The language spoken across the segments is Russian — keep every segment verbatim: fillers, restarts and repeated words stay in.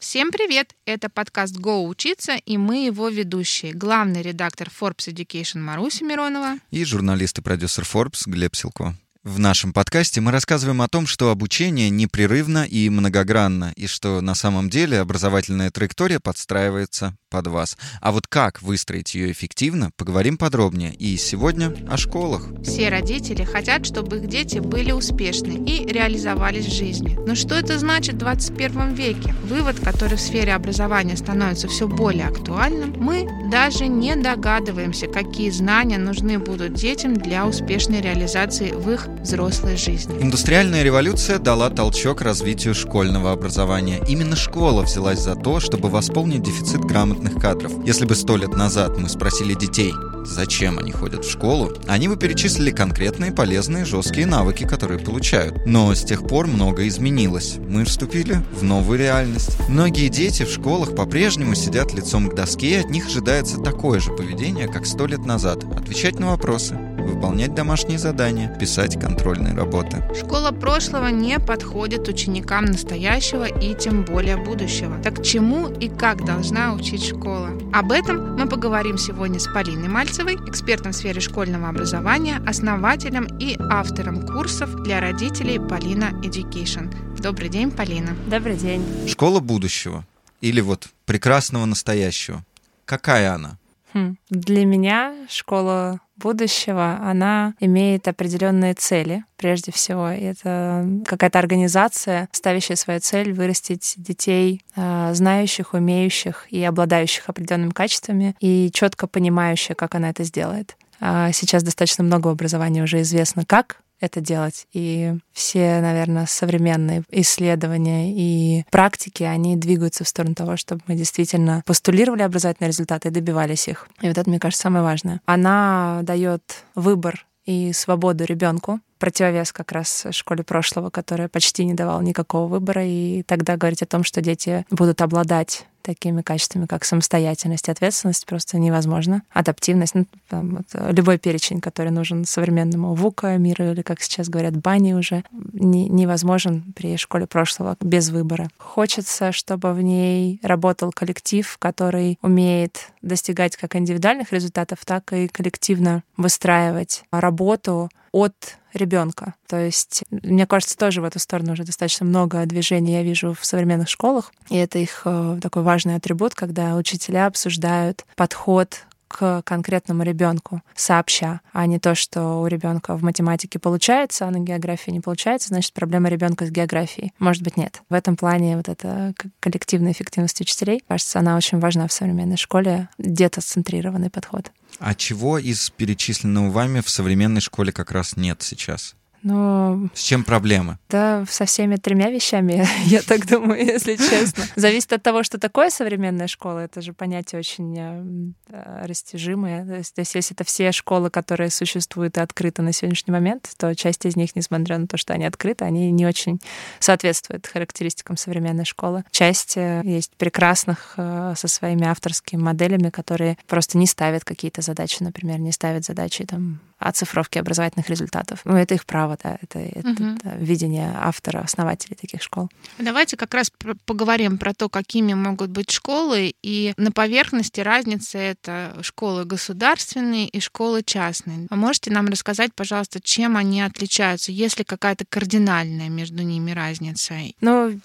Всем привет! Это подкаст «Го учиться» и мы его ведущие. Главный редактор Forbes Education Маруся Миронова и журналист и продюсер Forbes Глеб Силко. В нашем подкасте мы рассказываем о том, что обучение непрерывно и многогранно, и что на самом деле образовательная траектория подстраивается под вас. А вот как выстроить ее эффективно, поговорим подробнее. И сегодня о школах. Все родители хотят, чтобы их дети были успешны и реализовались в жизни. Но что это значит в двадцать первом веке? Вывод, который в сфере образования становится все более актуальным, мы даже не догадываемся, какие знания нужны будут детям для успешной реализации в их взрослой жизни. Индустриальная революция дала толчок развитию школьного образования. Именно школа взялась за то, чтобы восполнить дефицит грамотных кадров. Если бы сто лет назад мы спросили детей, зачем они ходят в школу, они бы перечислили конкретные полезные жесткие навыки, которые получают. Но с тех пор многое изменилось. Мы вступили в новую реальность. Многие дети в школах по-прежнему сидят лицом к доске, и от них ожидается такое же поведение, как сто лет назад. Отвечать на вопросы, выполнять домашние задания, писать контрольные работы. Школа прошлого не подходит ученикам настоящего и тем более будущего. Так чему и как должна учить школа? Об этом мы поговорим сегодня с Полиной Мальцевой, экспертом в сфере школьного образования, основателем и автором курсов для родителей Polina Education. Добрый день, Полина. Добрый день. Школа будущего или вот прекрасного настоящего. Какая она? Хм. Для меня школа будущего, она имеет определенные цели, прежде всего. Это какая-то организация, ставящая свою цель вырастить детей, знающих, умеющих и обладающих определенными качествами, и четко понимающих, как она это сделает. Сейчас достаточно много образования уже известно, как это делать. И все, наверное, современные исследования и практики, они двигаются в сторону того, чтобы мы действительно постулировали образовательные результаты и добивались их. И вот это, мне кажется, самое важное. Она дает выбор и свободу ребенку, противовес как раз школе прошлого, которая почти не давала никакого выбора, и тогда говорить о том, что дети будут обладать такими качествами, как самостоятельность и ответственность, просто невозможно. Адаптивность, ну, там, вот, любой перечень, который нужен современному ВУКа миру, или, как сейчас говорят, бани уже, не, невозможен при школе прошлого без выбора. Хочется, чтобы в ней работал коллектив, который умеет достигать как индивидуальных результатов, так и коллективно выстраивать работу от ребенка. То есть, мне кажется, тоже в эту сторону уже достаточно много движений я вижу в современных школах. И это их такой важный атрибут, когда учителя обсуждают подход к конкретному ребенку сообща, а не то, что у ребенка в математике получается, а на географии не получается, значит, проблема ребенка с географией. Может быть, нет. В этом плане вот эта коллективная эффективность учителей, кажется, она очень важна в современной школе, детоцентрированный подход. А чего из перечисленного вами в современной школе как раз нет сейчас? Но... С чем проблемы? Да, со всеми тремя вещами, я так думаю, если честно. Зависит от того, что такое современная школа. Это же понятие очень растяжимое. То есть, то есть если это все школы, которые существуют и открыты на сегодняшний момент, то часть из них, несмотря на то, что они открыты, они не очень соответствуют характеристикам современной школы. Часть есть прекрасных со своими авторскими моделями, которые просто не ставят какие-то задачи, например, не ставят задачи там, оцифровки образовательных результатов. Ну, это их право, да, это, это, угу. это видение автора, основателей таких школ. Давайте как раз поговорим про то, какими могут быть школы, и на поверхности разница — это школы государственные и школы частные. А можете нам рассказать, пожалуйста, чем они отличаются, есть ли какая-то кардинальная между ними разница? Ну,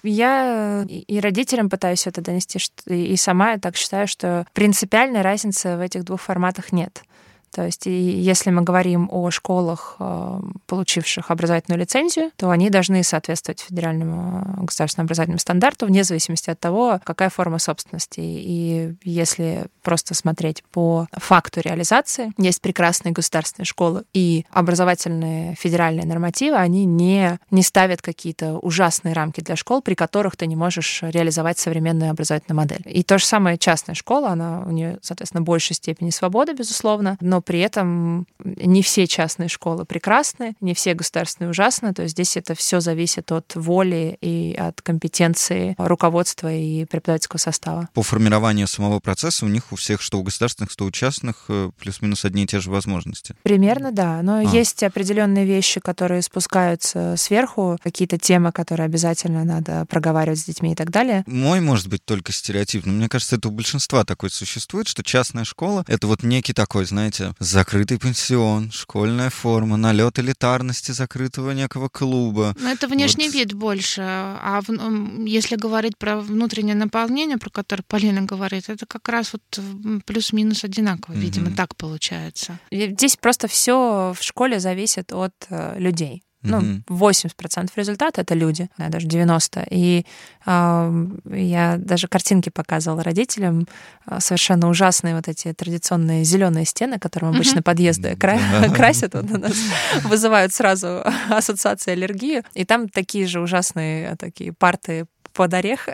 я и родителям пытаюсь это донести, и сама я так считаю, что принципиальной разницы в этих двух форматах нет. То есть, и если мы говорим о школах, получивших образовательную лицензию, то они должны соответствовать федеральному государственному образовательному стандарту вне зависимости от того, какая форма собственности. И если просто смотреть по факту реализации, есть прекрасные государственные школы, и образовательные федеральные нормативы, они не, не ставят какие-то ужасные рамки для школ, при которых ты не можешь реализовать современную образовательную модель. И то же самое частная школа, она, у нее, соответственно, в большей степени свобода, безусловно, но при этом не все частные школы прекрасны, не все государственные ужасны. То есть здесь это все зависит от воли и от компетенции руководства и преподавательского состава. По формированию самого процесса у них у всех, что у государственных, что у частных, плюс-минус одни и те же возможности. Примерно, да. Но а. есть определенные вещи, которые спускаются сверху, какие-то темы, которые обязательно надо проговаривать с детьми и так далее. Мой, может быть, только стереотип, но мне кажется, это у большинства такое существует, что частная школа — это вот некий такой, знаете, закрытый пенсион, школьная форма, налет элитарности закрытого некого клуба. Но это внешний вот. вид больше. А в, если говорить про внутреннее наполнение, про которое Полина говорит, это как раз вот плюс-минус одинаково, mm-hmm. видимо, так получается. Здесь просто все в школе зависит от э, людей. Ну, mm-hmm. восемьдесят процентов результата — это люди, да, даже девяносто процентов. И э, я даже картинки показывала родителям, э, совершенно ужасные вот эти традиционные зеленые стены, которым mm-hmm. обычно подъезды кра- mm-hmm. красят, вот у нас вызывают сразу ассоциации аллергии. И там такие же ужасные такие парты под орех.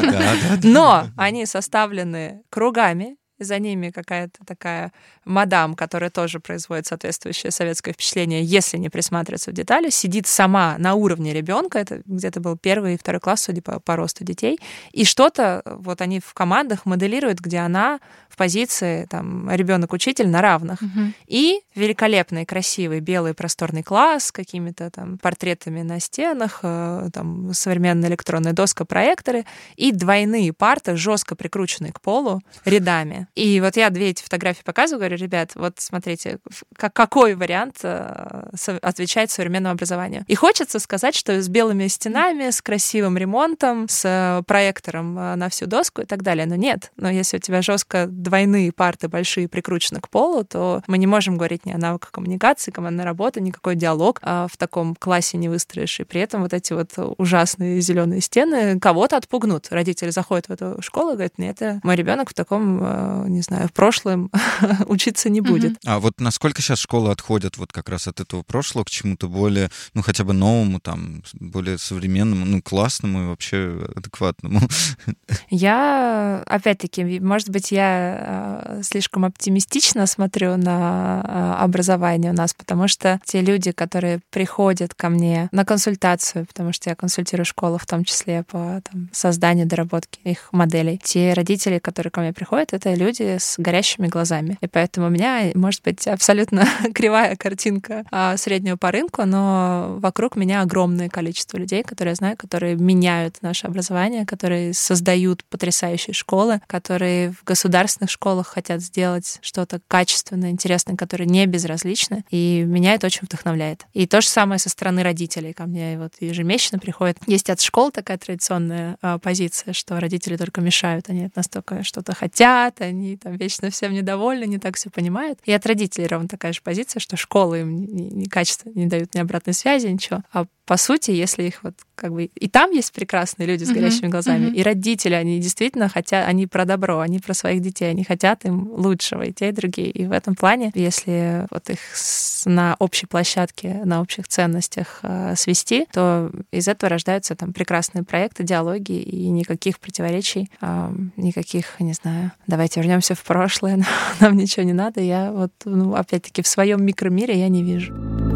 Но они составлены кругами, за ними какая-то такая мадам, которая тоже производит соответствующее советское впечатление, если не присматриваться в детали, сидит сама на уровне ребенка, это где-то был первый и второй класс, судя по, по росту детей, и что-то вот они в командах моделируют, где она в позиции там ребенок-учитель на равных. Uh-huh. И великолепный, красивый, белый просторный класс с какими-то там портретами на стенах, там современная электронная доска, проекторы и двойные парты, жестко прикрученные к полу рядами. И вот я две эти фотографии показываю, говорю, ребят, вот смотрите, как, какой вариант э, со, отвечает современному образованию. И хочется сказать, что с белыми стенами, с красивым ремонтом, с э, проектором э, на всю доску и так далее. Но нет. Но если у тебя жестко двойные парты большие прикручены к полу, то мы не можем говорить ни о навыках коммуникации, командной работы, никакой диалог э, в таком классе не выстроишь. И при этом вот эти вот ужасные зеленые стены кого-то отпугнут. Родители заходят в эту школу и говорят, нет, это мой ребенок в таком э, не знаю, в прошлом учиться не будет. А вот насколько сейчас школы отходят вот как раз от этого прошлого к чему-то более, ну, хотя бы новому, там, более современному, ну, классному и вообще адекватному? Я, опять-таки, может быть, я слишком оптимистично смотрю на образование у нас, потому что те люди, которые приходят ко мне на консультацию, потому что я консультирую школу в том числе по там, созданию, доработке их моделей, те родители, которые ко мне приходят, это люди с горящими глазами. И поэтому у меня, может быть, абсолютно кривая картинка а, среднего по рынку, но вокруг меня огромное количество людей, которые я знаю, которые меняют наше образование, которые создают потрясающие школы, которые в государственных школах хотят сделать что-то качественное, интересное, которое не безразлично. И меня это очень вдохновляет. И то же самое со стороны родителей. Ко мне вот ежемесячно приходят. Есть от школ такая традиционная а, позиция, что родители только мешают. Они настолько что-то хотят, они они там вечно всем недовольны, не так все понимают. И от родителей ровно такая же позиция, что школы им ни, ни качественно не дают ни обратной связи, ничего. А по сути, если их вот как бы... И там есть прекрасные люди с uh-huh, горящими глазами, uh-huh. и родители, они действительно хотят, они про добро, они про своих детей, они хотят им лучшего, и те, и другие. И в этом плане, если вот их на общей площадке, на общих ценностях э, свести, то из этого рождаются там прекрасные проекты, диалоги, и никаких противоречий, э, никаких, не знаю, давайте вернемся в прошлое, нам ничего не надо. Я вот, ну, опять-таки, в своем микромире я не вижу.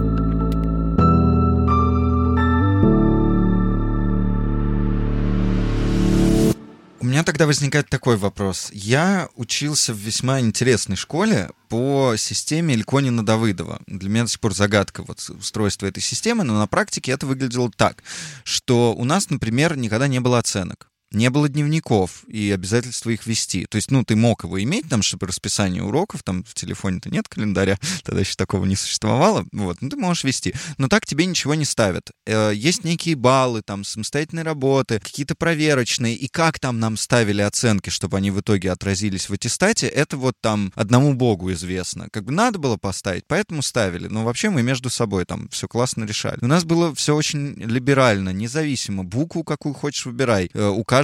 У меня тогда возникает такой вопрос. Я учился в весьма интересной школе по системе Ильконина-Давыдова. Для меня до сих пор загадка вот устройства этой системы, но на практике это выглядело так, что у нас, например, никогда не было оценок. Не было дневников и обязательства их вести. То есть, ну, ты мог его иметь, там, чтобы расписание уроков, там, в телефоне-то нет календаря, тогда еще такого не существовало, вот, ну, ты можешь вести. Но так тебе ничего не ставят. Есть некие баллы, там, самостоятельные работы, какие-то проверочные, и как там нам ставили оценки, чтобы они в итоге отразились в аттестате, это вот там одному богу известно. Как бы надо было поставить, поэтому ставили. Но вообще мы между собой там все классно решали. У нас было все очень либерально, независимо. Букву какую хочешь выбирай. У каждого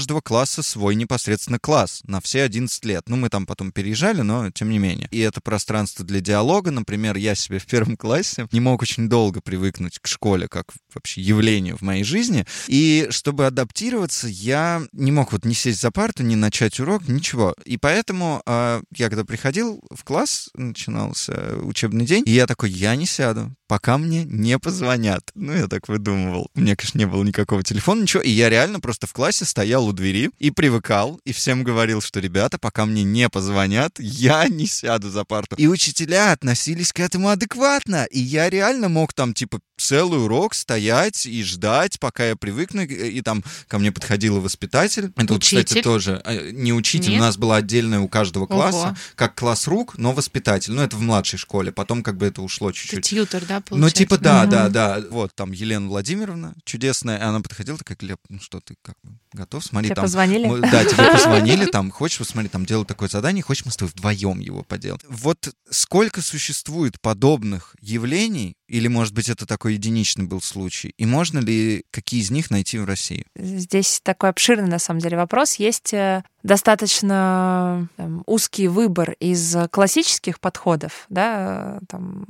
каждого класса свой непосредственно класс на все одиннадцать лет. Ну, мы там потом переезжали, но тем не менее. И это пространство для диалога. Например, я себе в первом классе не мог очень долго привыкнуть к школе как вообще явлению в моей жизни. И чтобы адаптироваться, я не мог вот не сесть за парту, не начать урок, ничего. И поэтому э, я когда приходил в класс, начинался учебный день, и я такой, я не сяду, пока мне не позвонят. Ну, я так выдумывал. У меня, конечно, не было никакого телефона, ничего. И я реально просто в классе стоял у двери и привыкал, и всем говорил, что, ребята, пока мне не позвонят, я не сяду за парту. И учителя относились к этому адекватно. И я реально мог там, типа, целый урок стоять и ждать, пока я привыкну. И там ко мне подходила воспитатель. Это, вот, кстати, тоже не учитель. Нет? У нас была отдельная у каждого класса, Ого. Как класс рук, но воспитатель. Ну, это в младшей школе. Потом как бы это ушло чуть-чуть. Это тьютор, да, получается? Ну, типа, да, угу. да, да. Вот там Елена Владимировна чудесная. Она подходила, такая, Глеб, ну что, ты как бы готов? Смотри, тебе там... позвонили? Мы, да, тебе позвонили, там, хочешь, посмотри, там делают такое задание, хочешь, мы с тобой вдвоем его поделаем. Вот сколько существует подобных явлений, или, может быть, это такой единичный был случай, и можно ли какие из них найти в России? Здесь такой обширный, на самом деле, вопрос. Есть достаточно там, узкий выбор из классических подходов, да, там,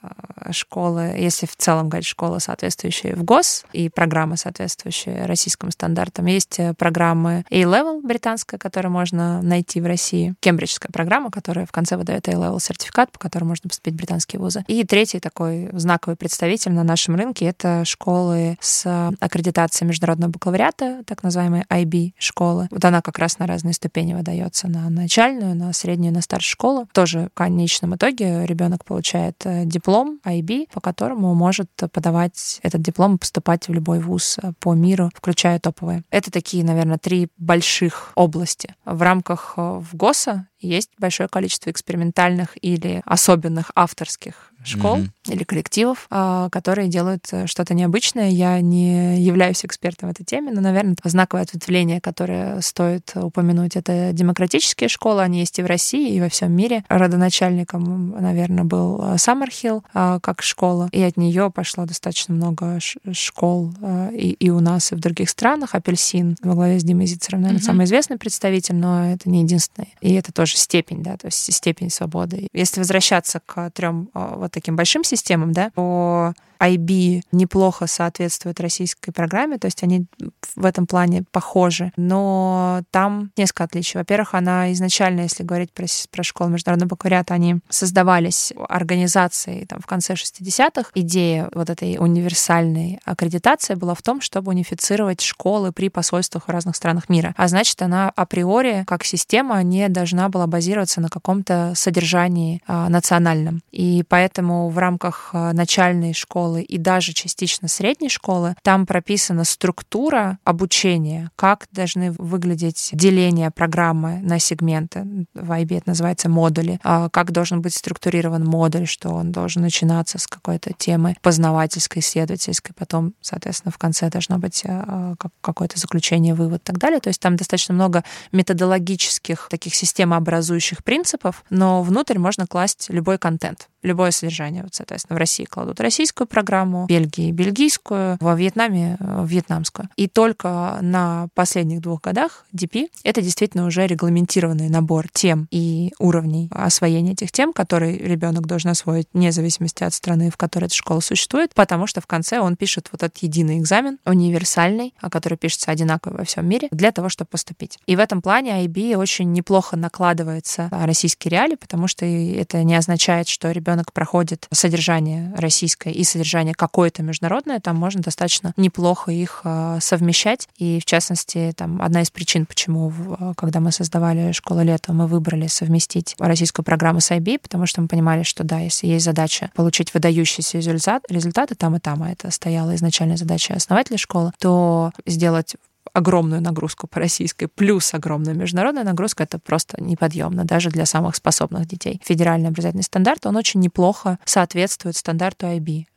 школы, если в целом говорить школы, соответствующие в ГОС, и программы, соответствующие российским стандартам. Есть программы A-Level британская, которую можно найти в России, кембриджская программа, которая в конце выдает A-Level сертификат, по которому можно поступить в британские вузы. И третий такой знаковый представитель на нашем рынке — это школы с аккредитацией международного бакалавриата, так называемые ай би школы. Вот она как раз на разные ступени выдается: на начальную, на среднюю, на старшую школу. Тоже в конечном итоге ребенок получает диплом ай би, по которому может подавать этот диплом и поступать в любой вуз по миру, включая топовые. Это такие, наверное, три больших области. В рамках ВГОСа есть большое количество экспериментальных или особенных авторских школ mm-hmm. или коллективов, которые делают что-то необычное. Я не являюсь экспертом в этой теме, но, наверное, знаковое ответвление, которое стоит упомянуть, это демократические школы. Они есть и в России, и во всем мире. Родоначальником, наверное, был Саммерхилл как школа, и от нее пошло достаточно много школ и, и у нас, и в других странах. Апельсин во главе с Димой Зицером, наверное, mm-hmm. самый известный представитель, но это не единственный. И это тоже степень, да, то есть степень свободы. Если возвращаться к трем вот таким большим системам, да, то ай би неплохо соответствует российской программе, то есть они в этом плане похожи, но там несколько отличий. Во-первых, она изначально, если говорить про, про школу международного бакалавриата, они создавались организацией там, в конце шестидесятых. Идея вот этой универсальной аккредитации была в том, чтобы унифицировать школы при посольствах в разных странах мира. А значит, она априори, как система, не должна была базироваться на каком-то содержании а, национальном. И поэтому в рамках начальной школы и даже частично средней школы там прописана структура обучения, как должны выглядеть деления программы на сегменты. В ай би это называется модули. Как должен быть структурирован модуль, что он должен начинаться с какой-то темы познавательской, исследовательской, потом, соответственно, в конце должно быть какое-то заключение, вывод и так далее. То есть там достаточно много методологических, таких системообразующих принципов, но внутрь можно класть любой контент, любое содержание. Вот, соответственно, в России кладут российскую программу, в Бельгии — бельгийскую, во Вьетнаме — вьетнамскую. И только на последних двух годах ди пи — это действительно уже регламентированный набор тем и уровней освоения этих тем, которые ребенок должен освоить вне зависимости от страны, в которой эта школа существует, потому что в конце он пишет вот этот единый экзамен, универсальный, который пишется одинаково во всем мире, для того, чтобы поступить. И в этом плане ай би очень неплохо накладывается на российские реалии, потому что это не означает, что ребенок проходит содержание российское и содержание какое-то международное, там можно достаточно неплохо их совмещать. И, в частности, там одна из причин, почему, когда мы создавали «Школу лета», мы выбрали совместить российскую программу с ай би, потому что мы понимали, что да, если есть задача получить выдающиеся результат, результаты там и там, а это стояла изначальная задача основателя школы, то сделать огромную нагрузку по российской плюс огромную международную нагрузку — это просто неподъемно даже для самых способных детей. Федеральный образовательный стандарт, он очень неплохо соответствует стандарту ай би.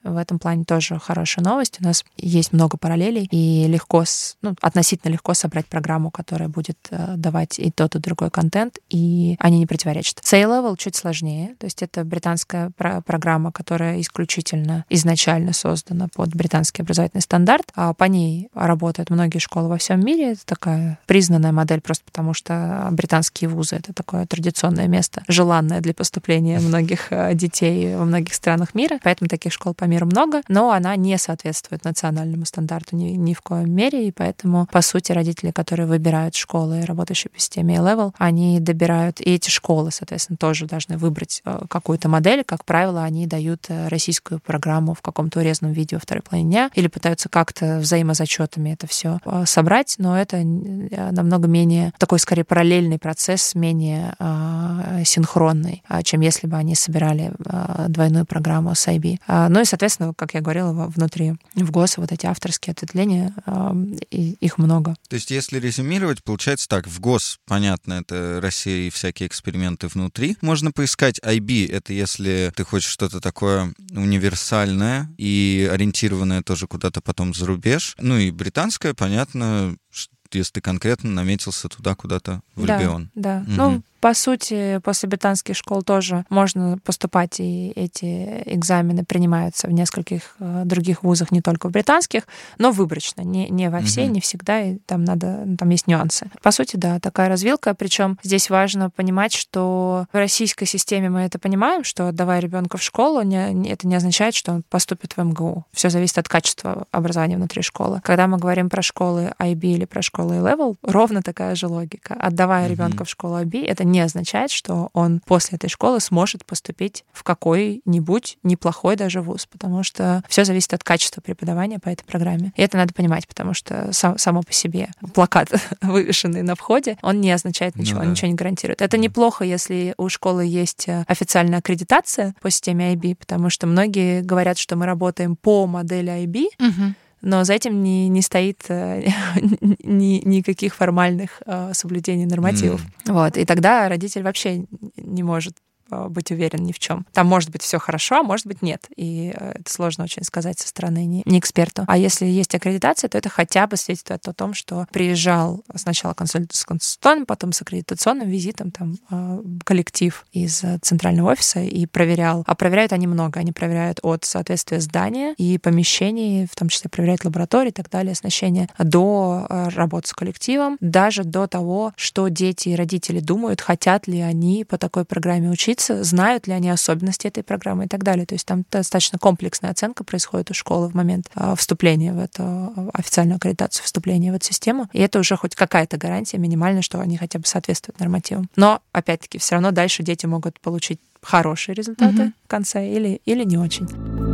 В этом плане тоже хорошая новость. У нас есть много параллелей, и легко, ну, относительно легко собрать программу, которая будет э, давать и тот, и другой контент, и они не противоречат. си эй-Level чуть сложнее, то есть это британская про- программа, которая исключительно изначально создана под британский образовательный стандарт, а по ней работают многие школы во всем мире. Это такая признанная модель просто потому, что британские вузы — это такое традиционное место, желанное для поступления многих э, детей во многих странах мира, поэтому таких школ по миру много, но она не соответствует национальному стандарту ни, ни в коем мере, и поэтому, по сути, родители, которые выбирают школы, работающие по системе A-Level, они добирают, и эти школы, соответственно, тоже должны выбрать какую-то модель. Как правило, они дают российскую программу в каком-то урезанном виде во второй половине дня или пытаются как-то взаимозачетами это все собрать, но это намного менее, такой, скорее, параллельный процесс, менее э, синхронный, чем если бы они собирали э, двойную программу с ай би. Ну и, соответственно, как я говорила, внутри в ГОС вот эти авторские ответвления, их много. То есть, если резюмировать, получается так, в ГОС, понятно, это Россия и всякие эксперименты внутри. Можно поискать ай би, это если ты хочешь что-то такое универсальное и ориентированное тоже куда-то потом за рубеж. Ну и британское, понятно, если ты конкретно наметился туда куда-то в да, Альбион. Да, угу. Ну, по сути, после британских школ тоже можно поступать, и эти экзамены принимаются в нескольких других вузах, не только в британских, но выборочно, не, не во все, угу. не всегда, и там надо, там есть нюансы. По сути, да, такая развилка, причем здесь важно понимать, что в российской системе мы это понимаем, что отдавая ребенка в школу, не, это не означает, что он поступит в эм гэ у. Все зависит от качества образования внутри школы. Когда мы говорим про школы ай би или про школы A-Level, ровно такая же логика. Отдавая угу. ребенка в школу ай би, это не означает, что он после этой школы сможет поступить в какой-нибудь неплохой даже вуз, потому что все зависит от качества преподавания по этой программе. И это надо понимать, потому что сам, само по себе плакат, вывешенный на входе, он не означает ничего, ну, да. он ничего не гарантирует. Это неплохо, если у школы есть официальная аккредитация по системе ай би, потому что многие говорят, что мы работаем по модели ай би, угу. но за этим не, не стоит э, ни, никаких формальных э, соблюдений нормативов. Mm. Вот. И тогда родитель вообще не может быть уверен ни в чем. Там может быть все хорошо, а может быть нет. И это сложно очень сказать со стороны не, не эксперта. А если есть аккредитация, то это хотя бы свидетельствует о том, что приезжал сначала консульт с консультационным, потом с аккредитационным визитом там коллектив из центрального офиса и проверял. А проверяют они много. Они проверяют от соответствия здания и помещений, в том числе проверяют лаборатории и так далее, оснащение, до работы с коллективом, даже до того, что дети и родители думают, хотят ли они по такой программе учиться, знают ли они особенности этой программы и так далее. То есть там достаточно комплексная оценка происходит у школы в момент вступления в эту официальную аккредитацию, вступления в эту систему. И это уже хоть какая-то гарантия минимальная, что они хотя бы соответствуют нормативам. Но, опять-таки, все равно дальше дети могут получить хорошие результаты угу. в конце или, или не очень.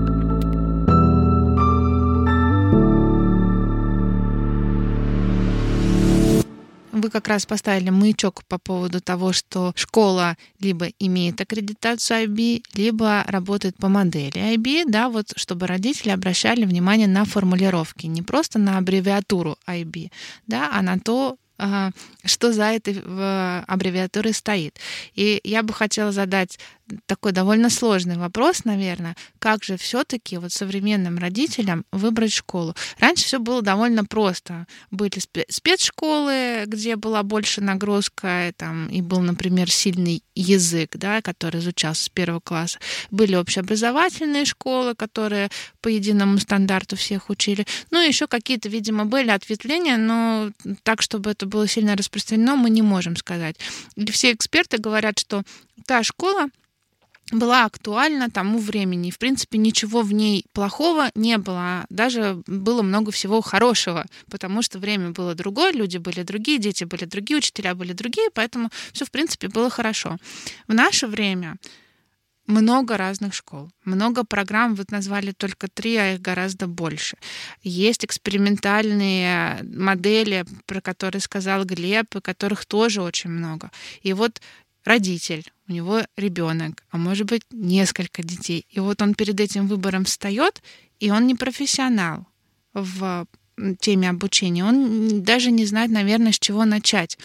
Вы как раз поставили маячок по поводу того, что школа либо имеет аккредитацию ай би, либо работает по модели ай би, да, вот чтобы родители обращали внимание на формулировки, не просто на аббревиатуру ай би, да, а на то, что за этой аббревиатурой стоит. И я бы хотела задать такой довольно сложный вопрос, наверное, как же все-таки вот современным родителям выбрать школу? Раньше все было довольно просто. Были спецшколы, где была больше нагрузка, там, и был, например, сильный язык, да, который изучался с первого класса. Были общеобразовательные школы, которые по единому стандарту всех учили. Ну, еще какие-то, видимо, были ответвления, но так, чтобы это было сильно распространено, мы не можем сказать. И все эксперты говорят, что та школа была актуальна тому времени. И, в принципе, ничего в ней плохого не было. Даже было много всего хорошего, потому что время было другое, люди были другие, дети были другие, учителя были другие, поэтому все, в принципе, было хорошо. В наше время много разных школ, много программ, вы назвали только три, а их гораздо больше. Есть экспериментальные модели, про которые сказал Глеб, и которых тоже очень много. И вот родитель, у него ребенок, а может быть несколько детей. И вот он перед этим выбором встает, и он не профессионал в теме обучения. Он даже не знает, наверное, с чего начать.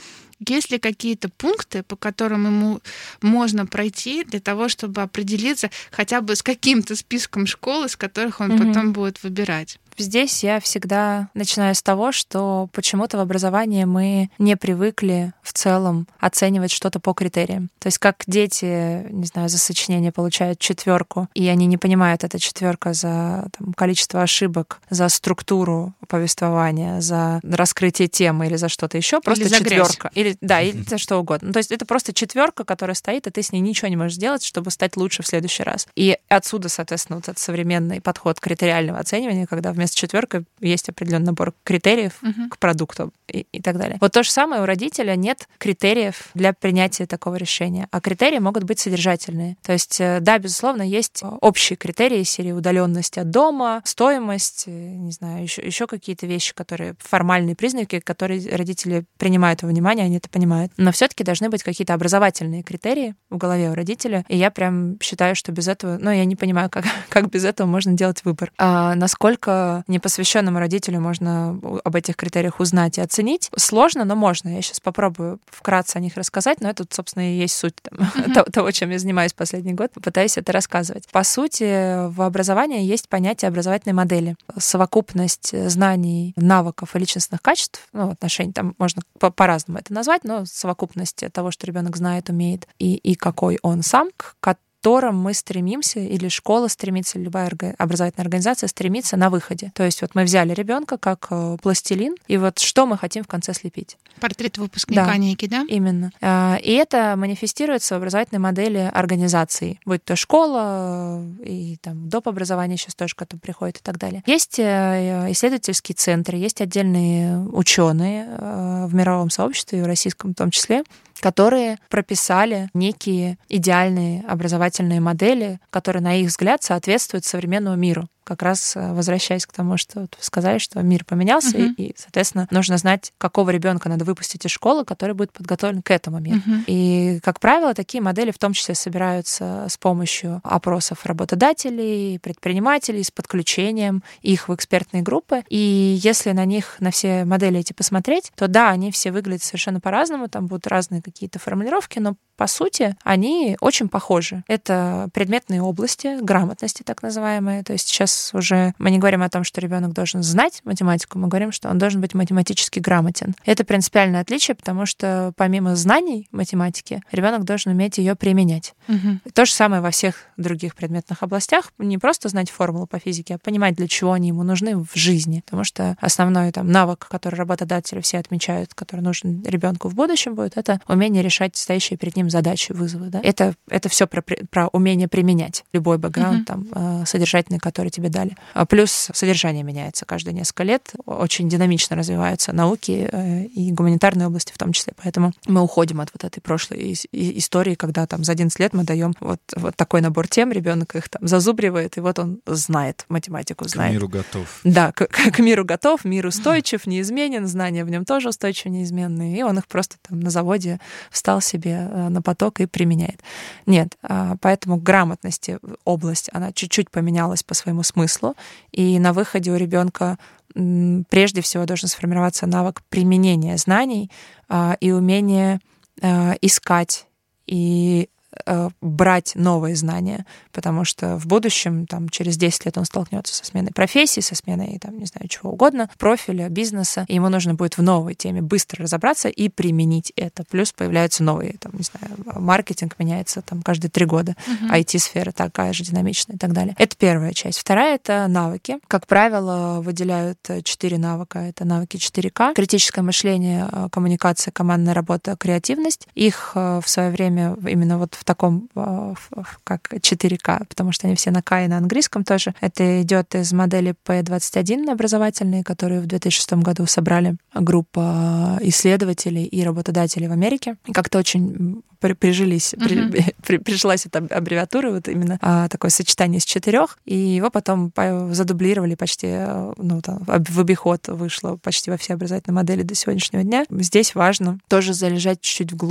Есть ли какие-то пункты, по которым ему можно пройти для того, чтобы определиться хотя бы с каким-то списком школ, из которых он mm-hmm. потом будет выбирать? Здесь я всегда начинаю с того, что почему-то в образовании мы не привыкли в целом оценивать что-то по критериям. То есть как дети, не знаю, за сочинение получают четверку, и они не понимают, это четверка за там, количество ошибок, за структуру повествования, за раскрытие темы или за что-то еще, просто четверка. Или да, или за что угодно. Ну, то есть это просто четверка, которая стоит, и ты с ней ничего не можешь сделать, чтобы стать лучше в следующий раз. И отсюда, соответственно, вот этот современный подход критериального оценивания, когда вместо четверка есть определенный набор критериев uh-huh. к продукту и, и так далее. Вот то же самое у родителя нет критериев для принятия такого решения, а критерии могут быть содержательные. То есть, да, безусловно, есть общие критерии серии удаленность от дома, стоимость, не знаю, еще, еще какие-то вещи, которые формальные признаки, которые родители принимают во внимание, они это понимают. Но все-таки должны быть какие-то образовательные критерии в голове у родителя, и я прям считаю, что без этого, ну, я не понимаю, как, как без этого можно делать выбор. А насколько непосвященному родителю можно об этих критериях узнать и оценить. Сложно, но можно. Я сейчас попробую вкратце о них рассказать, но это, собственно, и есть суть там, mm-hmm. того, чем я занимаюсь последний год, пытаюсь это рассказывать. По сути, в образовании есть понятие образовательной модели. Совокупность знаний, навыков и личностных качеств, ну, отношений, там можно по- по-разному это назвать, но совокупность того, что ребенок знает, умеет, и, и какой он сам, к которым мы стремимся, или школа стремится, или любая образовательная организация стремится на выходе. То есть вот мы взяли ребенка как пластилин, и вот что мы хотим в конце слепить? Портрет выпускника да, некий, да? Именно. И это манифестируется в образовательной модели организации, будь то школа, и там доп. Образование сейчас тоже к этому приходит и так далее. Есть исследовательские центры, есть отдельные ученые в мировом сообществе, и в российском в том числе, которые прописали некие идеальные образовательные модели, которые, на их взгляд, соответствуют современному миру. Как раз возвращаясь к тому, что вот вы сказали, что мир поменялся, uh-huh. и, и, соответственно, нужно знать, какого ребенка надо выпустить из школы, который будет подготовлен к этому миру. Uh-huh. И, как правило, такие модели в том числе собираются с помощью опросов работодателей, предпринимателей, с подключением их в экспертные группы. И если на них, на все модели эти посмотреть, то да, они все выглядят совершенно по-разному, там будут разные какие-то формулировки, но по сути, они очень похожи. Это предметные области, грамотности так называемые. То есть сейчас уже мы не говорим о том, что ребенок должен знать математику, мы говорим, что он должен быть математически грамотен. Это принципиальное отличие, потому что помимо знаний математики, ребенок должен уметь ее применять. Угу. То же самое во всех других предметных областях. Не просто знать формулу по физике, а понимать, для чего они ему нужны в жизни. Потому что основной там навык, который работодатели все отмечают, который нужен ребенку в будущем будет, это умение решать стоящие перед ним задачи, вызовы. Да? Это, это все про, про умение применять любой бэкграунд, uh-huh. там, содержательный, который тебе дали. Плюс содержание меняется каждые несколько лет. Очень динамично развиваются науки и гуманитарные области в том числе. Поэтому мы уходим от вот этой прошлой истории, когда там за одиннадцать лет мы даем вот, вот такой набор тем, ребенок их там зазубривает, и вот он знает математику, знает. К миру готов. Да, к, к миру готов, мир устойчив, неизменен, знания в нем тоже устойчивы, неизменные, и он их просто там на заводе встал себе на поток и применяет. Нет, поэтому грамотности область, она чуть-чуть поменялась по своему смыслу, и на выходе у ребенка прежде всего должен сформироваться навык применения знаний и умение искать и брать новые знания, потому что в будущем, там, через десять лет он столкнется со сменой профессии, со сменой, там, не знаю, чего угодно, профиля, бизнеса, и ему нужно будет в новой теме быстро разобраться и применить это. Плюс появляются новые, там, не знаю, маркетинг меняется там каждые три года, uh-huh. ай ти-сфера такая же динамичная и так далее. Это первая часть. Вторая — это навыки. Как правило, выделяют четыре навыка. Это навыки четыре ка: критическое мышление, коммуникация, командная работа, креативность. Их в свое время именно вот в таком, как четыре ка, потому что они все на К и на английском тоже. Это идет из модели пэ двадцать один образовательной, которую в две тысячи шестом году собрали группа исследователей и работодателей в Америке. И как-то очень прижились, uh-huh. при, при, прижилась эта аббревиатура, вот именно а, такое сочетание из четырех, и его потом задублировали почти, ну, там, в обиход вышло почти во все образовательные модели до сегодняшнего дня. Здесь важно тоже залежать чуть-чуть вглубь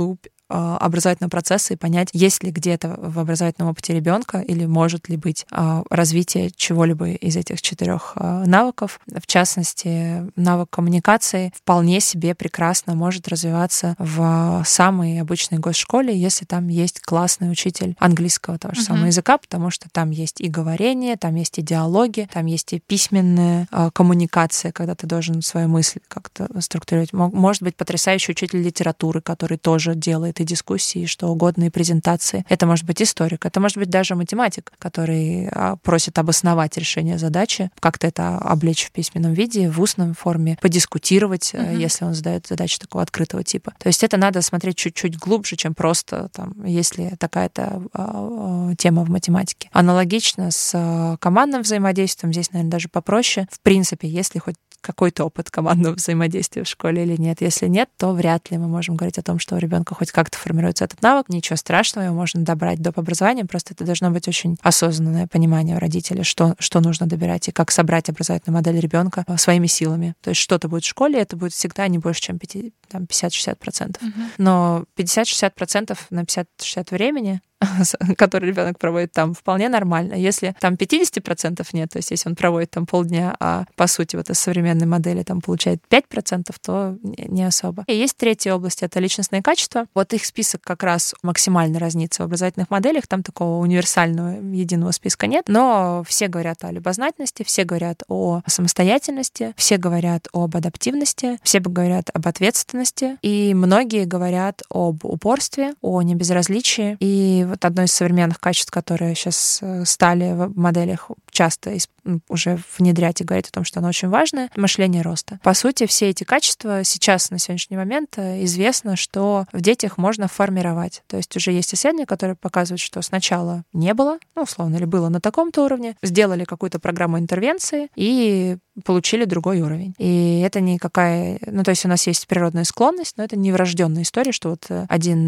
образовательного процесса и понять, есть ли где-то в образовательном опыте ребенка или может ли быть развитие чего-либо из этих четырех навыков. В частности, навык коммуникации вполне себе прекрасно может развиваться в самой обычной госшколе, если там есть классный учитель английского того же uh-huh. самого языка, потому что там есть и говорение, там есть и диалоги, там есть и письменная э, коммуникация, когда ты должен свою мысль как-то структурировать. Может быть, потрясающий учитель литературы, который тоже делает и дискуссии, и что угодно, и презентации. Это может быть историк, это может быть даже математик, который просит обосновать решение задачи, как-то это облечь в письменном виде, в устном форме, подискутировать, uh-huh. если он задает задачи такого открытого типа. То есть это надо смотреть чуть-чуть глубже, чем просто там, если такая-то э, тема в математике. Аналогично с командным взаимодействием, здесь, наверное, даже попроще. В принципе, если хоть какой-то опыт командного взаимодействия в школе или нет. Если нет, то вряд ли мы можем говорить о том, что у ребенка хоть как-то формируется этот навык. Ничего страшного, его можно добрать доп. Образования, просто это должно быть очень осознанное понимание у родителей, что, что нужно добирать и как собрать образовательную модель ребенка своими силами. То есть что-то будет в школе, это будет всегда не больше, чем пятьдесят-шестьдесят процентов. Uh-huh. Но пятьдесят-шестьдесят процентов на пятьдесят-шестьдесят времени, который ребенок проводит там, вполне нормально. Если там пятьдесят процентов нет, то есть если он проводит там полдня, а по сути вот из современной модели там получает пять процентов, то не особо. И есть третья область — это личностные качества. Вот их список как раз максимально разнится в образовательных моделях, там такого универсального единого списка нет, но все говорят о любознательности, все говорят о самостоятельности, все говорят об адаптивности, все говорят об ответственности, и многие говорят об упорстве, о небезразличии. И вот одно из современных качеств, которые сейчас стали в моделях часто уже внедрять и говорить о том, что оно очень важное — мышление роста. По сути, все эти качества сейчас, на сегодняшний момент, известно, что в детях можно формировать. То есть уже есть исследования, которые показывают, что сначала не было, ну, условно, или было на таком-то уровне, сделали какую-то программу интервенции и получили другой уровень. И это никакая... Ну, то есть у нас есть природная склонность, но это не врожденная история, что вот один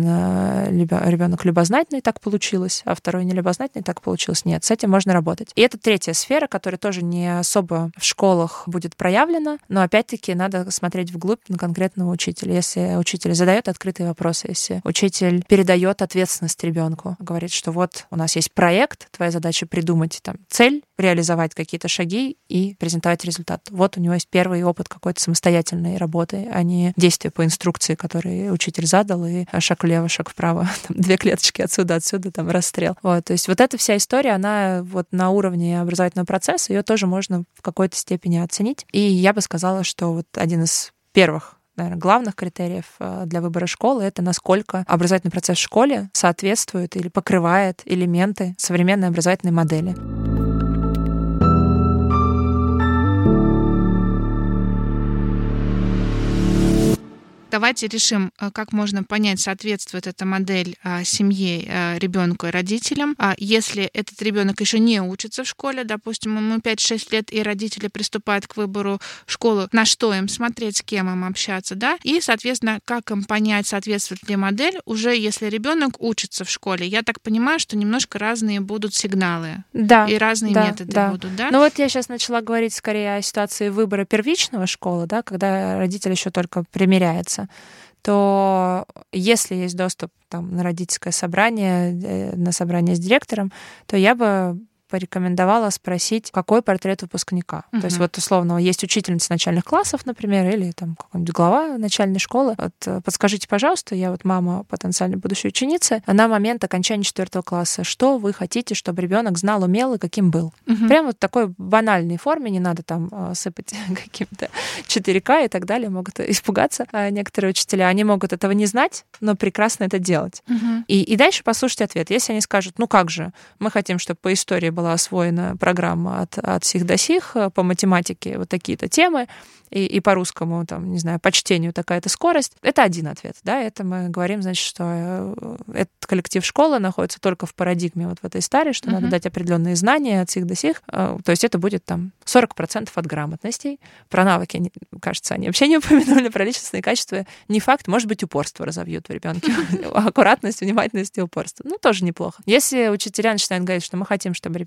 ребенок любознательный, так получилось, а второй нелюбознательный, так получилось. Нет, с этим можно работать. И это третья сфера, которая тоже не особо в школах будет проявлена, но опять-таки надо смотреть вглубь на конкретного учителя. Если учитель задает открытые вопросы, если учитель передает ответственность ребенку, говорит, что вот у нас есть проект, твоя задача придумать там цель, реализовать какие-то шаги и презентовать результат. Вот у него есть первый опыт какой-то самостоятельной работы, а не действия по инструкции, которые учитель задал, и шаг влево, шаг вправо, там, две клеточки отсюда, отсюда, там, расстрел. Вот, то есть вот эта вся история, она вот на уровне образовательного процесса, ее тоже можно в какой-то степени оценить. И я бы сказала, что вот один из первых, наверное, главных критериев для выбора школы — это насколько образовательный процесс в школе соответствует или покрывает элементы современной образовательной модели. Давайте решим, как можно понять, соответствует эта модель семье, ребенку и родителям. Если этот ребенок еще не учится в школе, допустим, ему пять-шесть лет, и родители приступают к выбору школы, на что им смотреть, с кем им общаться, да, и, соответственно, как им понять, соответствует ли модель, уже если ребенок учится в школе. Я так понимаю, что немножко разные будут сигналы, да, и разные да, методы да. будут, да? Ну вот я сейчас начала говорить скорее о ситуации выбора первичного школы, да, когда родитель еще только примеряется, то если есть доступ там, на родительское собрание, на собрание с директором, то я бы порекомендовала спросить, какой портрет выпускника. Uh-huh. То есть вот условно есть учительница начальных классов, например, или там какой-нибудь глава начальной школы. Вот, подскажите, пожалуйста, я вот мама потенциально будущей ученицы, на момент окончания четвертого класса, что вы хотите, чтобы ребенок знал, умел и каким был? Uh-huh. Прямо вот в такой банальной форме, не надо там сыпать каким-то четыре ка и так далее, могут испугаться некоторые учителя. Они могут этого не знать, но прекрасно это делать. Uh-huh. И, и дальше послушайте ответ. Если они скажут, ну как же, мы хотим, чтобы по истории была освоена программа от, от сих до сих, по математике вот такие-то темы, и, и по русскому, там, не знаю, по чтению такая-то скорость. Это один ответ, да, это мы говорим, значит, что этот коллектив школы находится только в парадигме вот в этой старой, что uh-huh. надо дать определенные знания от сих до сих, то есть это будет там сорок процентов от грамотностей. Про навыки, кажется, они вообще не упомянули, про личностные качества не факт, может быть, упорство разовьют в ребенке. Аккуратность, внимательность и упорство. Ну, тоже неплохо. Если учителя начинают говорить, что мы хотим, чтобы ребенок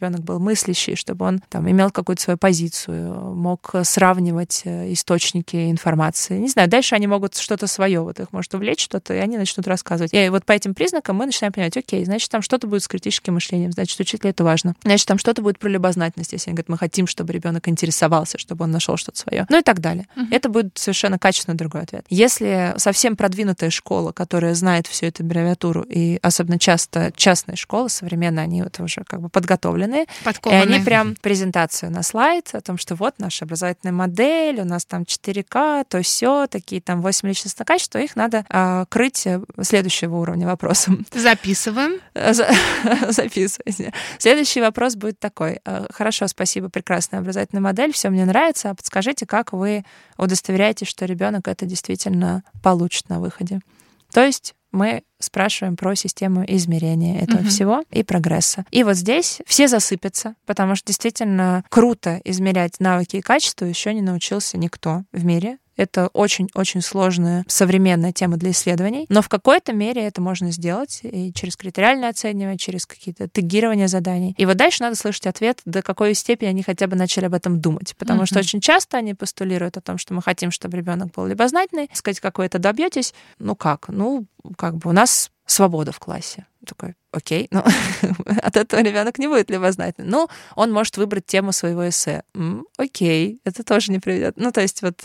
ребенок был мыслящий, чтобы он там имел какую-то свою позицию, мог сравнивать источники информации. Не знаю, дальше они могут что-то свое, вот их может увлечь что-то, и они начнут рассказывать. И вот по этим признакам мы начинаем понимать, окей, значит, там что-то будет с критическим мышлением, значит, учителю это важно. Значит, там что-то будет про любознательность, если они говорят, мы хотим, чтобы ребенок интересовался, чтобы он нашел что-то свое. Ну и так далее. Uh-huh. Это будет совершенно качественно другой ответ. Если совсем продвинутая школа, которая знает всю эту аббревиатуру, и особенно часто частные школы современные, они вот уже как бы подготовленные, подкованные. И они прям презентацию на слайд о том, что вот наша образовательная модель, у нас там четыре ка, то все, такие там восемь личностных качеств, то их надо а, крыть следующего уровня вопросом. Записываем. Записывайте. Следующий вопрос будет такой. Хорошо, спасибо, прекрасная образовательная модель, все мне нравится, а подскажите, как вы удостоверяетесь, что ребенок это действительно получит на выходе? То есть мы спрашиваем про систему измерения этого uh-huh. всего и прогресса. И вот здесь все засыпятся, потому что действительно круто измерять навыки и качества еще не научился никто в мире. Это очень-очень сложная современная тема для исследований, но в какой-то мере это можно сделать и через критериальное оценивание, через какие-то тегирования заданий. И вот дальше надо слышать ответ, до какой степени они хотя бы начали об этом думать. Потому mm-hmm. что очень часто они постулируют о том, что мы хотим, чтобы ребенок был любознательный. Сказать, как вы это добьетесь? Ну как? Ну, как бы у нас свобода в классе. Такой, окей, но от этого ребенок не будет любознательным. Ну, он может выбрать тему своего эссе. М, окей, это тоже не приведет. Ну, то есть вот...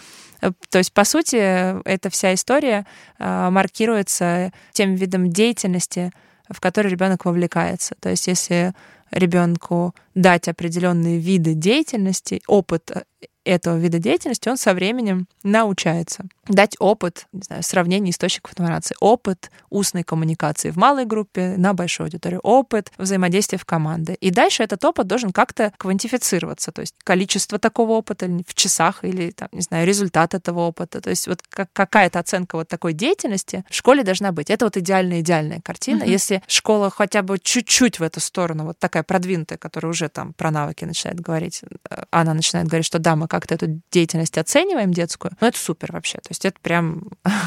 То есть, по сути, эта вся история э, маркируется тем видом деятельности, в который ребенок вовлекается. То есть, если ребенку дать определенные виды деятельности, опыт этого вида деятельности, он со временем научается. Дать опыт, не знаю, сравнение источников информации, опыт устной коммуникации в малой группе на большой аудитории, опыт взаимодействия в команде. И дальше этот опыт должен как-то квантифицироваться, то есть количество такого опыта в часах или, там, не знаю, результат этого опыта. То есть вот какая-то оценка вот такой деятельности в школе должна быть. Это вот идеальная-идеальная картина. Mm-hmm. Если школа хотя бы чуть-чуть в эту сторону, вот такая продвинутая, которая уже там про навыки начинает говорить, она начинает говорить, что да, мы как-то эту деятельность оцениваем детскую, ну это супер вообще. То есть это прям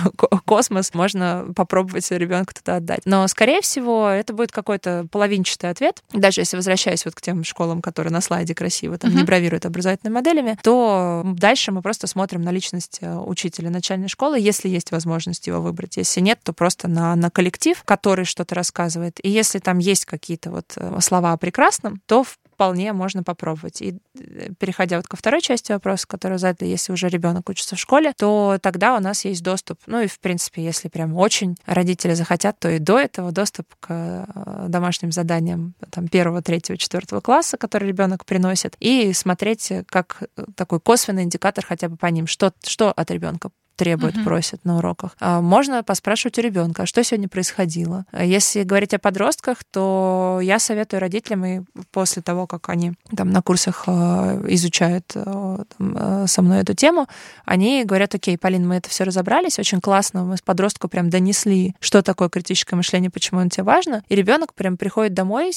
космос, можно попробовать ребенка туда отдать. Но, скорее всего, это будет какой-то половинчатый ответ. Даже если возвращаясь вот к тем школам, которые на слайде красиво там uh-huh. не бравируют образовательными моделями, то дальше мы просто смотрим на личность учителя начальной школы, если есть возможность его выбрать. Если нет, то просто на, на коллектив, который что-то рассказывает. И если там есть какие-то вот слова о прекрасном, то вполне можно попробовать. И переходя вот ко второй части вопроса, который задали, если уже ребенок учится в школе, то тогда у нас есть доступ, ну и в принципе, если прям очень родители захотят, то и до этого доступ к домашним заданиям там, первого, третьего, четвертого класса, который ребенок приносит, и смотреть как такой косвенный индикатор хотя бы по ним, что, что от ребенка требует, uh-huh. просит на уроках. Можно поспрашивать у ребенка, что сегодня происходило. Если говорить о подростках, то я советую родителям, и после того, как они там на курсах изучают там, со мной эту тему, они говорят, окей, Полин, мы это все разобрались, очень классно, мы с подростку прям донесли, что такое критическое мышление, почему оно тебе важно, и ребенок прям приходит домой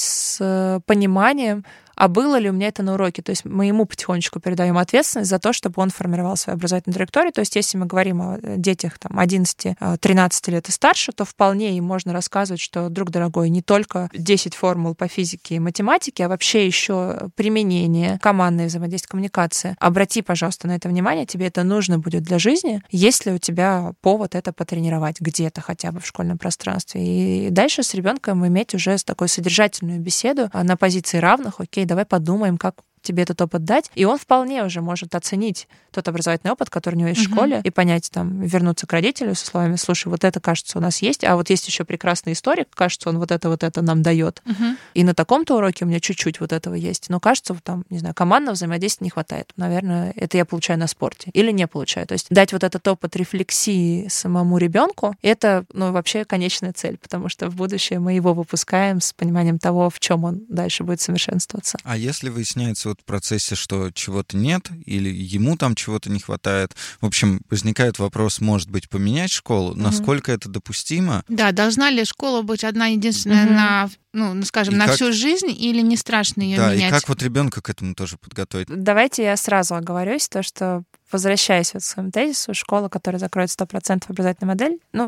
с пониманием, а было ли у меня это на уроке? То есть мы ему потихонечку передаем ответственность за то, чтобы он формировал свою образовательную траекторию. То есть если мы говорим о детях там, одиннадцати-тринадцати лет и старше, то вполне им можно рассказывать, что, друг дорогой, не только десять формул по физике и математике, а вообще еще применение, командное взаимодействие, коммуникация. Обрати, пожалуйста, на это внимание, тебе это нужно будет для жизни, есть ли у тебя повод это потренировать где-то хотя бы в школьном пространстве. И дальше с ребенком иметь уже такую содержательную беседу на позиции равных, окей, давай подумаем, как тебе этот опыт дать, и он вполне уже может оценить тот образовательный опыт, который у него есть uh-huh. в школе, и понять, там, вернуться к родителю со словами, слушай, вот это, кажется, у нас есть, а вот есть еще прекрасный историк, кажется, он вот это, вот это нам дает. Uh-huh. И на таком-то уроке у меня чуть-чуть вот этого есть, но кажется, там, не знаю, командного взаимодействия не хватает. Наверное, это я получаю на спорте или не получаю. То есть дать вот этот опыт рефлексии самому ребенку, это, ну, вообще конечная цель, потому что в будущее мы его выпускаем с пониманием того, в чем он дальше будет совершенствоваться. А если выясняется вот в процессе, что чего-то нет, или ему там чего-то не хватает. В общем, возникает вопрос, может быть, поменять школу? Mm-hmm. Насколько это допустимо? Да, должна ли школа быть одна единственная mm-hmm. на, ну, скажем, и на как... всю жизнь, или не страшно ее да, менять? Да, и как вот ребенка к этому тоже подготовить? Давайте я сразу оговорюсь, то, что, возвращаясь вот к своему тезису, школа, которая закроет сто процентов образовательную модель, ну,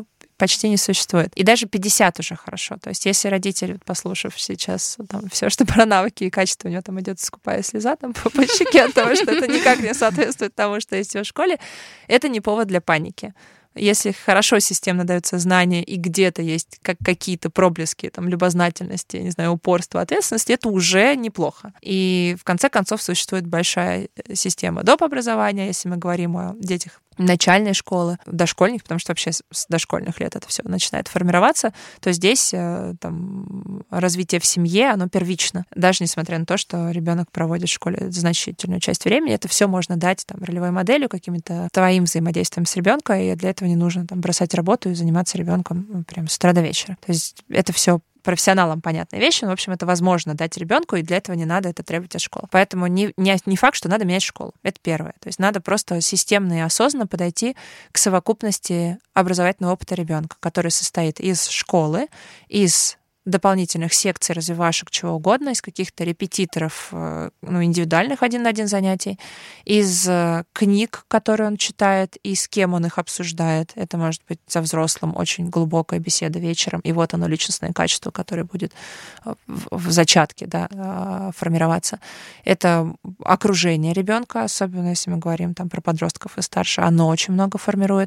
почти не существует. И даже пятьдесят уже хорошо. То есть если родитель, послушав сейчас там, все, что про навыки и качество, у него там идет скупая слеза там, по, по щеке от того, что это никак не соответствует тому, что есть в школе, это не повод для паники. Если хорошо системно даются знания и где-то есть как какие-то проблески там, любознательности, не знаю, упорства, ответственности, это уже неплохо. И в конце концов существует большая система доп. Образования, если мы говорим о детях начальной школы, дошкольников, потому что вообще с дошкольных лет это все начинает формироваться, то здесь там, развитие в семье, оно первично. Даже несмотря на то, что ребенок проводит в школе значительную часть времени, это все можно дать там, ролевой моделью, каким-то твоим взаимодействием с ребенком, и для этого не нужно там, бросать работу и заниматься ребенком ну, прям с утра до вечера. То есть это все профессионалам понятные вещи, но, в общем, это возможно дать ребенку, и для этого не надо это требовать от школы. Поэтому не, не, не факт, что надо менять школу. Это первое. То есть надо просто системно и осознанно подойти к совокупности образовательного опыта ребенка, который состоит из школы, из дополнительных секций, развивашек, чего угодно, из каких-то репетиторов, ну, индивидуальных один на один занятий, из книг, которые он читает, и с кем он их обсуждает. Это может быть за взрослым очень глубокая беседа вечером, и вот оно, личностное качество, которое будет в зачатке, да, формироваться. Это окружение ребенка, особенно если мы говорим там, про подростков и старше, оно очень много формирует.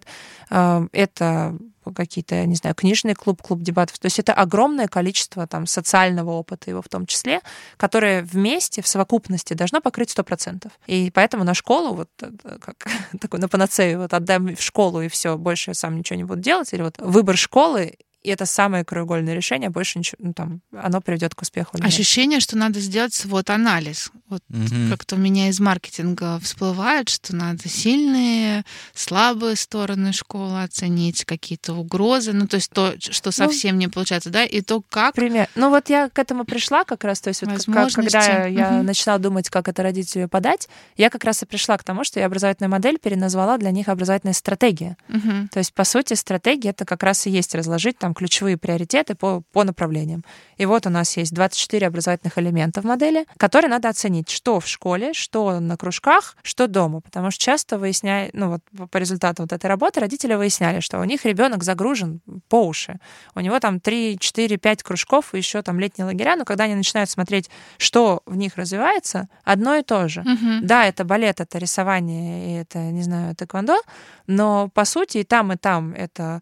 Это какие-то, не знаю, книжный клуб, клуб дебатов. То есть это огромное количество там, социального опыта его в том числе, которое вместе, в совокупности должно покрыть сто процентов. И поэтому на школу, вот как такой на панацею, вот отдам в школу и все, больше я сам ничего не буду делать, или вот выбор школы, и это самое краеугольное решение, больше ничего, ну, там, оно приведет к успеху. Ощущение, что надо сделать свод-анализ. Вот mm-hmm. как-то у меня из маркетинга всплывает, что надо сильные, слабые стороны школы оценить, какие-то угрозы, ну, то есть то, что совсем ну, не получается, да, и то, как... Пример. Ну, вот я к этому пришла как раз, то есть вот как, когда я mm-hmm. начинала думать, как это родителю подать, я как раз и пришла к тому, что я образовательную модель переназвала для них образовательная стратегия. Mm-hmm. То есть, по сути, стратегия — это как раз и есть разложить там ключевые приоритеты по, по направлениям. И вот у нас есть двадцать четыре образовательных элемента в модели, которые надо оценить, что в школе, что на кружках, что дома. Потому что часто выясняют, ну вот по результату вот этой работы родители выясняли, что у них ребенок загружен по уши. У него там три, четыре, пять кружков и еще там летние лагеря, но когда они начинают смотреть, что в них развивается, одно и то же. Mm-hmm. Да, это балет, это рисование, и это, не знаю, тэквондо, но по сути и там, и там это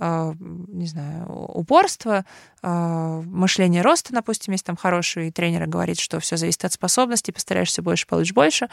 не знаю, упорство, мышление роста, допустим, если там хороший тренер говорит, что все зависит от способностей, постараешься больше, получишь больше,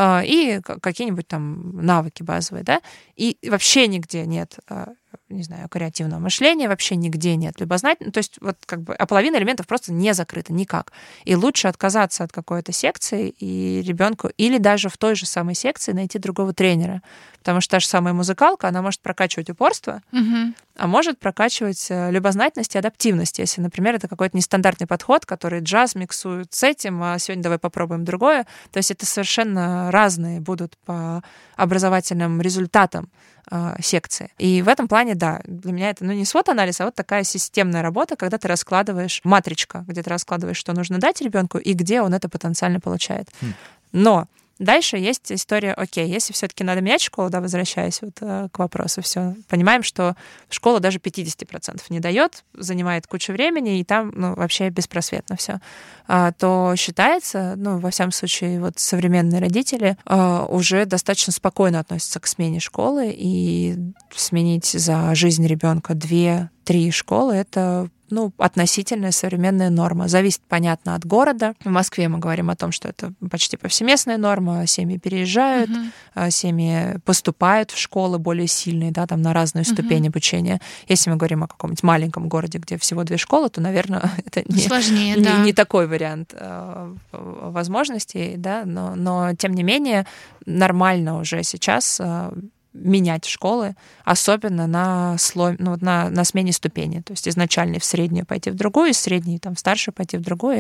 и какие-нибудь там навыки базовые, да, и вообще нигде нет, не знаю, креативного мышления, вообще нигде нет любознательного, то есть вот как бы, а половина элементов просто не закрыта никак. И лучше отказаться от какой-то секции и ребенку, или даже в той же самой секции найти другого тренера, потому что та же самая музыкалка, она может прокачивать упорство, угу. а может прокачивать любознательность и адаптивность, если, например, это какой-то нестандартный подход, который джаз миксует с этим, а сегодня давай попробуем другое. То есть это совершенно разные будут по образовательным результатам э, секции. И в этом плане, да, для меня это ну, не свод-анализ, а вот такая системная работа, когда ты раскладываешь матричка, где ты раскладываешь, что нужно дать ребенку и где он это потенциально получает. Хм. Но дальше есть история, окей, если все-таки надо менять школу, да, возвращаясь вот, э, к вопросу, все, понимаем, что школа даже пятьдесят процентов не дает, занимает кучу времени, и там ну, вообще беспросветно все, а, то считается, ну, во всяком случае, вот современные родители а, уже достаточно спокойно относятся к смене школы, и сменить за жизнь ребенка две-три школы — это ну, относительная современная норма. Зависит, понятно, от города. В Москве мы говорим о том, что это почти повсеместная норма. Семьи переезжают, uh-huh. семьи поступают в школы более сильные, да, там на разную uh-huh. ступень обучения. Если мы говорим о каком-нибудь маленьком городе, где всего две школы, то, наверное, это не, Сложнее, не, да. не такой вариант э, возможностей, да, но, но, тем не менее, нормально уже сейчас э, менять школы, особенно на, слой, ну, на, на смене ступени. То есть изначально в среднюю пойти в другую, из средней там, в старшую пойти в другую. Это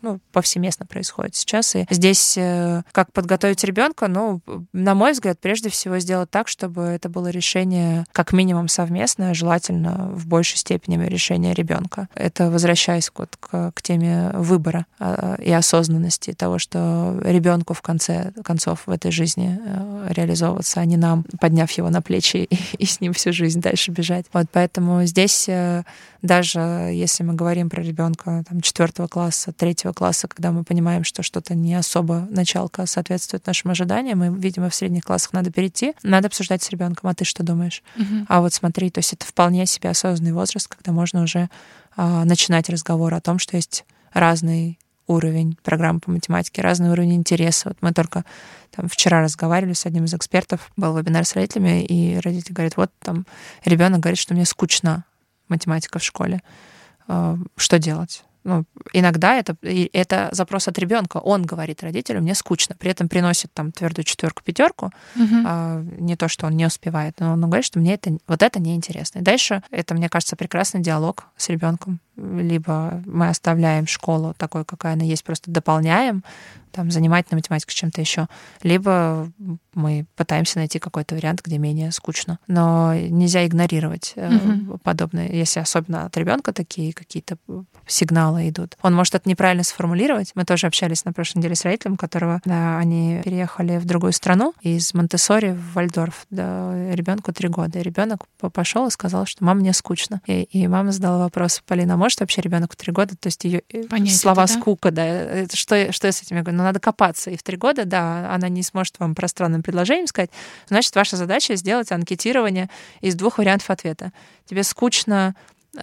ну, повсеместно происходит сейчас. И здесь как подготовить ребенка, ну, на мой взгляд, прежде всего сделать так, чтобы это было решение как минимум совместное, желательно в большей степени решение ребенка. Это возвращаясь вот к, к теме выбора и осознанности того, что ребенку в конце концов в этой жизни реализовываться, а не нам, подняв его на плечи и, и с ним всю жизнь дальше бежать. Вот поэтому здесь даже если мы говорим про ребенка там, четвертого класса, третьего класса, когда мы понимаем, что что-то не особо началка соответствует нашим ожиданиям, и, видимо, в средних классах надо перейти, надо обсуждать с ребенком, а ты что думаешь? Uh-huh. А вот смотри, то есть это вполне себе осознанный возраст, когда можно уже а, начинать разговор о том, что есть разный уровень программы по математике, разный уровень интереса. Вот мы только там, вчера разговаривали с одним из экспертов, был вебинар с родителями, и родители говорят, вот там ребенок говорит, что мне скучно математика в школе. Что делать? Ну, иногда это, это запрос от ребенка. Он говорит родителю, мне скучно. При этом приносит там твердую четверку, пятерку. Uh-huh. А, не то, что он не успевает, но он говорит, что мне это, вот это неинтересно. И дальше это, мне кажется, прекрасный диалог с ребенком. Либо мы оставляем школу такой, какая она есть, просто дополняем, там, занимательной математикой чем-то еще, либо мы пытаемся найти какой-то вариант, где менее скучно. Но нельзя игнорировать uh-huh. подобные, если особенно от ребенка такие какие-то сигналы идут. Он может это неправильно сформулировать. Мы тоже общались на прошлой неделе с родителем, которого да, они переехали в другую страну из Монтессори в Вальдорф. Да, ребенку три года. И ребенок пошел и сказал, что мама, мне скучно. И, и мама задала вопрос: Полина, а может вообще ребенок в три года, то есть ее слова это, да? скука, да, это что, что я с этим? Я говорю, ну надо копаться. И в три года, да, она не сможет вам пространным предложением сказать, значит, ваша задача сделать анкетирование из двух вариантов ответа. Тебе скучно,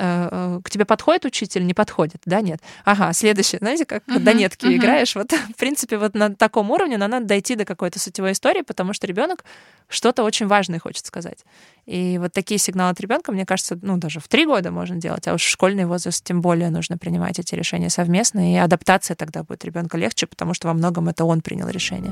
к тебе подходит учитель, не подходит, да, нет. Ага, следующее, знаете, как uh-huh, до нетки uh-huh. играешь, вот, в принципе, вот на таком уровне нам надо дойти до какой-то сутевой истории, потому что ребенок что-то очень важное хочет сказать. И вот такие сигналы от ребенка, мне кажется, ну, даже в три года можно делать, а уж в школьный возраст тем более нужно принимать эти решения совместно, и адаптация тогда будет ребенка легче, потому что во многом это он принял решение.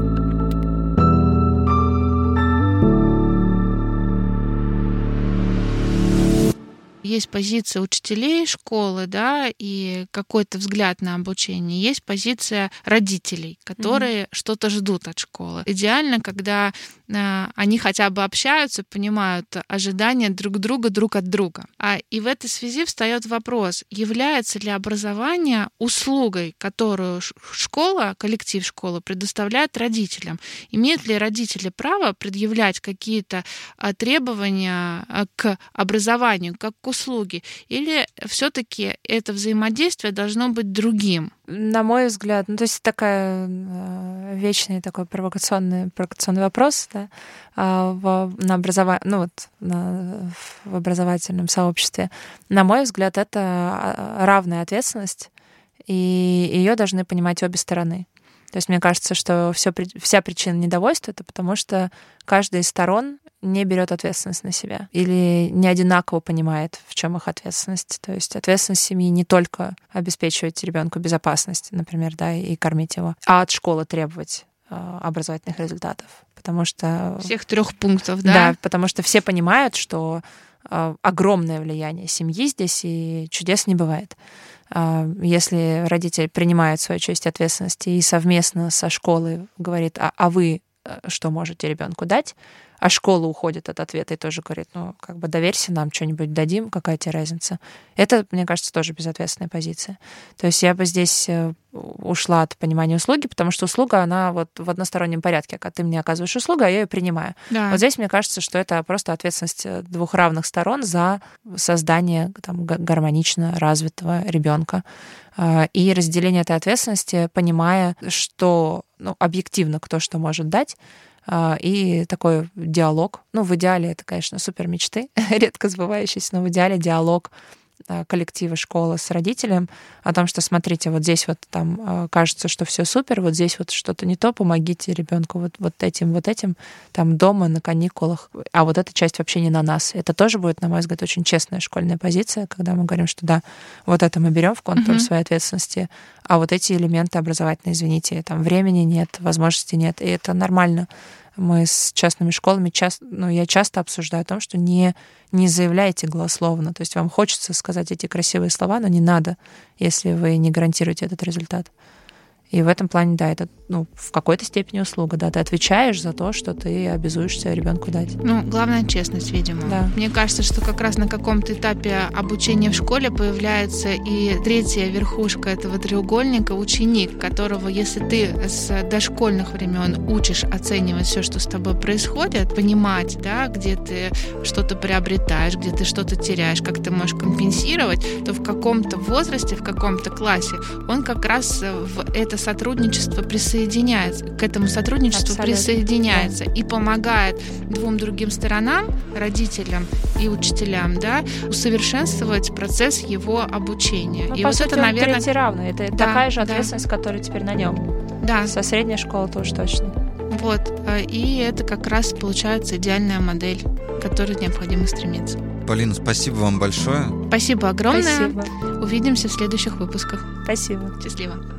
Есть позиция учителей школы, да, и какой-то взгляд на обучение. Есть позиция родителей, которые mm-hmm. что-то ждут от школы. Идеально, когда э, они хотя бы общаются, понимают ожидания друг друга друг от друга. А, и в этой связи встает вопрос, является ли образование услугой, которую школа, коллектив школы предоставляет родителям? Имеют ли родители право предъявлять какие-то э, требования э, к образованию, как к услуги, или все-таки это взаимодействие должно быть другим? На мой взгляд, ну то есть такая э, вечный такой провокационный, провокационный вопрос, да, э, в, на образова... ну, вот, на, в образовательном сообществе. На мой взгляд, это равная ответственность, и ее должны понимать обе стороны. То есть мне кажется, что всё, вся причина недовольства — это потому, что каждая из сторон не берет ответственность на себя или не одинаково понимает, в чем их ответственность. То есть ответственность семьи не только обеспечивать ребенку безопасность, например, да, и кормить его, а от школы требовать э, образовательных результатов. Потому что... Всех трех пунктов, да? Да, потому что все понимают, что э, огромное влияние семьи здесь, и чудес не бывает. Если родитель принимает свою часть ответственности и совместно со школой говорит, а, а вы что можете ребенку дать, а школа уходит от ответа и тоже говорит, ну, как бы доверься нам, что-нибудь дадим, какая тебе разница. Это, мне кажется, тоже безответственная позиция. То есть я бы здесь ушла от понимания услуги, потому что услуга, она вот в одностороннем порядке. Когда ты мне оказываешь услугу, а я ее принимаю. Да. Вот здесь, мне кажется, что это просто ответственность двух равных сторон за создание там, гармонично развитого ребенка. И разделение этой ответственности, понимая, что ну, объективно кто что может дать, и такой диалог. Ну, в идеале это, конечно, супер мечты, редко сбывающиеся, но в идеале диалог коллектива школы с родителем о том, что смотрите, вот здесь вот там кажется, что все супер, вот здесь вот что-то не то, помогите ребенку вот, вот этим, вот этим, там дома, на каникулах, а вот эта часть вообще не на нас. Это тоже будет, на мой взгляд, очень честная школьная позиция, когда мы говорим, что да, вот это мы берем в контур mm-hmm. своей ответственности, а вот эти элементы образовательные, извините, там времени нет, возможности нет, и это нормально. Мы с частными школами, часто, ну, я часто обсуждаю о том, что не, не заявляйте голословно. То есть вам хочется сказать эти красивые слова, но не надо, если вы не гарантируете этот результат. И в этом плане, да, это ну, в какой-то степени услуга, да, ты отвечаешь за то, что ты обязуешься ребенку дать. Ну, главное честность, видимо. Да. Мне кажется, что как раз на каком-то этапе обучения в школе появляется и третья верхушка этого треугольника — ученик, которого, если ты с дошкольных времен учишь оценивать все, что с тобой происходит, понимать, да, где ты что-то приобретаешь, где ты что-то теряешь, как ты можешь компенсировать, то в каком-то возрасте, в каком-то классе он как раз в это сотрудничество присоединяется, к этому сотрудничеству Абсолютно. присоединяется и помогает двум другим сторонам, родителям и учителям, да, усовершенствовать процесс его обучения. Ну, и по вот сути, это, наверное, третий равный. Это да, такая же да. ответственность, которая теперь на нем. Да. Со средней школы тоже точно. Вот. И это как раз получается идеальная модель, к которой необходимо стремиться. Полина, спасибо вам большое. Спасибо огромное. Спасибо. Увидимся в следующих выпусках. Спасибо. Счастливо.